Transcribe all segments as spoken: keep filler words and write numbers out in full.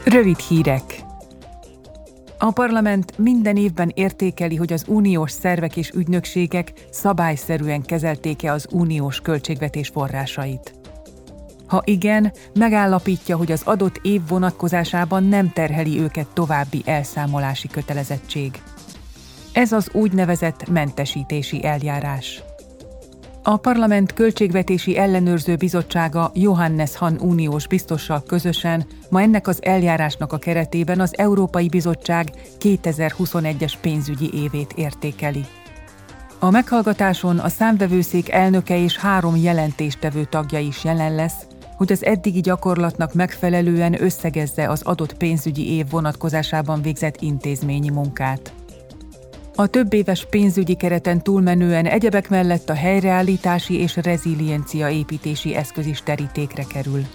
Rövid hírek. A parlament minden évben értékeli, hogy az uniós szervek és ügynökségek szabályszerűen kezelték-e az uniós költségvetés forrásait. Ha igen, megállapítja, hogy az adott év vonatkozásában nem terheli őket további elszámolási kötelezettség. Ez az úgynevezett mentesítési eljárás. A Parlament Költségvetési Ellenőrző Bizottsága Johannes Hahn uniós biztossal közösen ma ennek az eljárásnak a keretében az Európai Bizottság kétezer-huszonegyes pénzügyi évét értékeli. A meghallgatáson a számvevőszék elnöke és három jelentéstevő tagja is jelen lesz, hogy az eddigi gyakorlatnak megfelelően összegezze az adott pénzügyi év vonatkozásában végzett intézményi munkát. A többéves pénzügyi kereten túlmenően egyebek mellett a helyreállítási és reziliencia építési eszköz is terítékre kerül.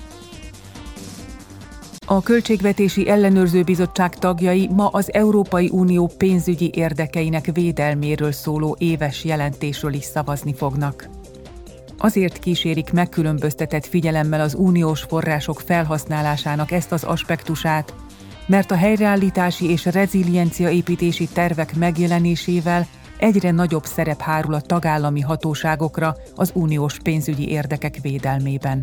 A Költségvetési Ellenőrző Bizottság tagjai ma az Európai Unió pénzügyi érdekeinek védelméről szóló éves jelentésről is szavazni fognak. Azért kísérik megkülönböztetett figyelemmel az uniós források felhasználásának ezt az aspektusát, mert a helyreállítási és reziliencia építési tervek megjelenésével egyre nagyobb szerep hárul a tagállami hatóságokra az uniós pénzügyi érdekek védelmében.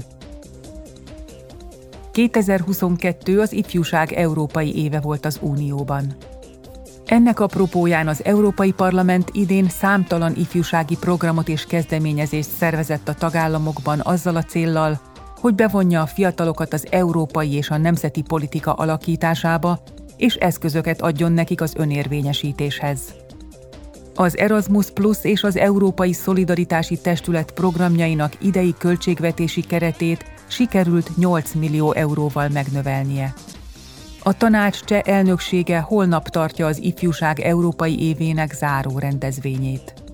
kétezer-huszonkettő az ifjúság európai éve volt az Unióban. Ennek apropóján az Európai Parlament idén számtalan ifjúsági programot és kezdeményezést szervezett a tagállamokban azzal a céllal, hogy bevonja a fiatalokat az európai és a nemzeti politika alakításába, és eszközöket adjon nekik az önérvényesítéshez. Az Erasmus Plus és az Európai Szolidaritási Testület programjainak idei költségvetési keretét sikerült nyolc millió euróval megnövelnie. A tanács cseh elnöksége holnap tartja az ifjúság európai évének záró rendezvényét.